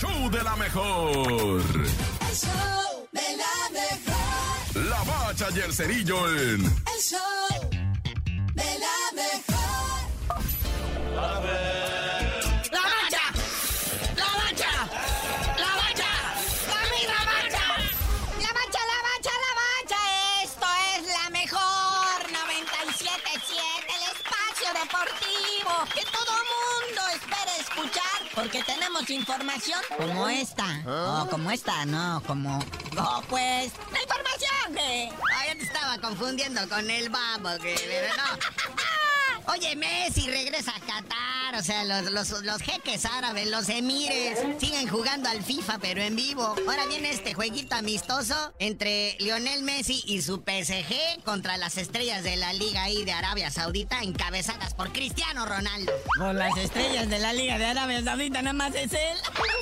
show de la mejor. El show de la mejor. La Bacha y el Cerillo en El show de la mejor. A ver. ¡La Bacha! ¡La Bacha! ¡La Bacha! ¡La misma Bacha! ¡La Bacha, la Bacha, la Bacha! Esto es la mejor 97.7, el espacio deportivo que todo mundo espera escuchar porque tenemos información como esta. Oh, como esta, no, como... Oh, pues, la información que... Ah, ya te estaba confundiendo con el babo, que... No. Oye, Messi regresa a Qatar, o sea, los jeques árabes, los emires, siguen jugando al FIFA, pero en vivo. Ahora viene este jueguito amistoso entre Lionel Messi y su PSG contra las estrellas de la Liga ahí de Arabia Saudita, encabezadas por Cristiano Ronaldo. Con las estrellas de la Liga de Arabia Saudita, nada más es él.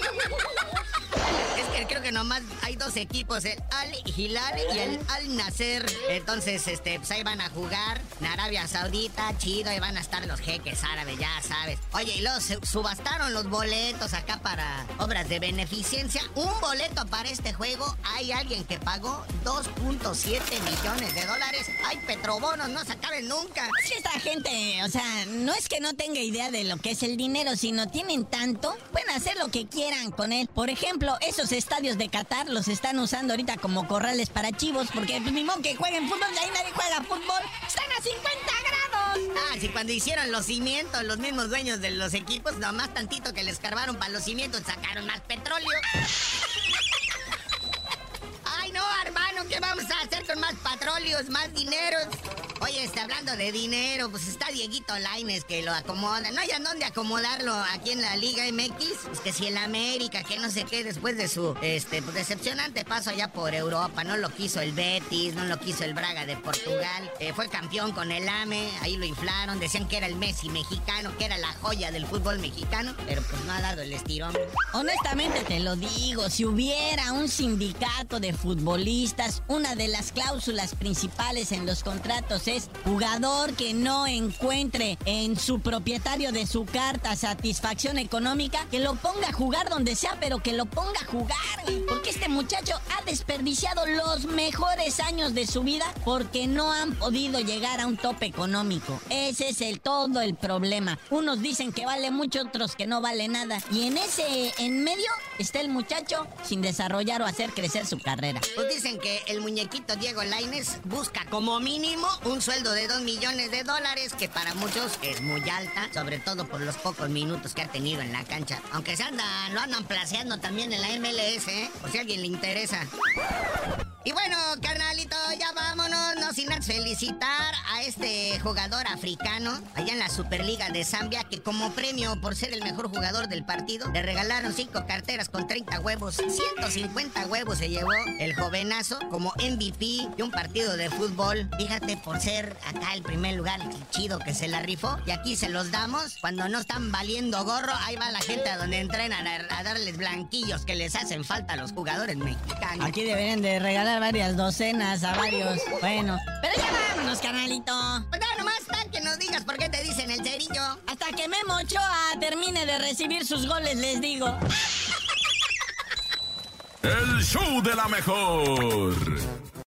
Es que creo que nomás hay dos equipos, el Al Hilal y el Al Nasser. Entonces, pues ahí van a jugar en Arabia Saudita, chido, ahí van a estar los jeques árabes, ya sabes. Oye, y luego subastaron los boletos acá para obras de beneficencia. Un boleto para este juego, hay alguien que pagó 2.7 millones de dólares. Hay petrobonos, no se acaben nunca. Es que esta gente, o sea, no es que no tenga idea de lo que es el dinero, sino tienen tanto, pueden hacer lo que quieran con él. Por ejemplo, esos estadios de Qatar los están usando ahorita como corrales para chivos, porque pues, ni modo que jueguen fútbol, y ahí nadie juega fútbol. Están a 50 grados. Ah, sí, cuando hicieron los cimientos, los mismos dueños de los equipos, nomás tantito que les escarbaron para los cimientos, sacaron más petróleo. Ay, no, hermano, ¿qué vamos a hacer con más petróleos, más dineros? Oye, hablando de dinero, pues está Dieguito Lainez que lo acomoda. No hayan dónde acomodarlo aquí en la Liga MX. Pues que si el América, que no sé qué, después de su pues decepcionante paso allá por Europa. No lo quiso el Betis, no lo quiso el Braga de Portugal. Fue campeón con el AME, ahí lo inflaron. Decían que era el Messi mexicano, que era la joya del fútbol mexicano. Pero pues no ha dado el estirón. Honestamente te lo digo, si hubiera un sindicato de futbolistas, una de las cláusulas principales en los contratos es jugador que no encuentre en su propietario de su carta satisfacción económica, que lo ponga a jugar donde sea, pero que lo ponga a jugar, porque este muchacho ha desperdiciado los mejores años de su vida porque no han podido llegar a un tope económico. Ese es todo el problema. Unos dicen que vale mucho, otros que no vale nada, y en medio está el muchacho sin desarrollar o hacer crecer su carrera. Pues dicen que el muñequito Diego Lainez busca como mínimo un sueldo de 2 millones de dólares, que para muchos es muy alta, sobre todo por los pocos minutos que ha tenido en la cancha. Aunque lo andan placeando también en la MLS, por si a alguien le interesa. Y bueno, carnalito, ya vámonos, no sin antes felicitar a este jugador africano allá en la Superliga de Zambia, que como premio por ser el mejor jugador del partido, le regalaron 5 carteras con 30 huevos, 150 huevos se llevó el jovenazo como MVP de un partido de fútbol. Fíjate, por ser acá el primer lugar, el chido que se la rifó, y aquí se los damos cuando no están valiendo gorro. Ahí va la gente a donde entrenan a darles blanquillos que les hacen falta a los jugadores mexicanos. Aquí deberían de regalar varias docenas a varios. Bueno, pero ya vámonos, carnalito. Pues no, nomás está que nos digas por qué te dicen el Cerillo. Hasta que Memo Ochoa termine de recibir sus goles, les digo. El show de la mejor.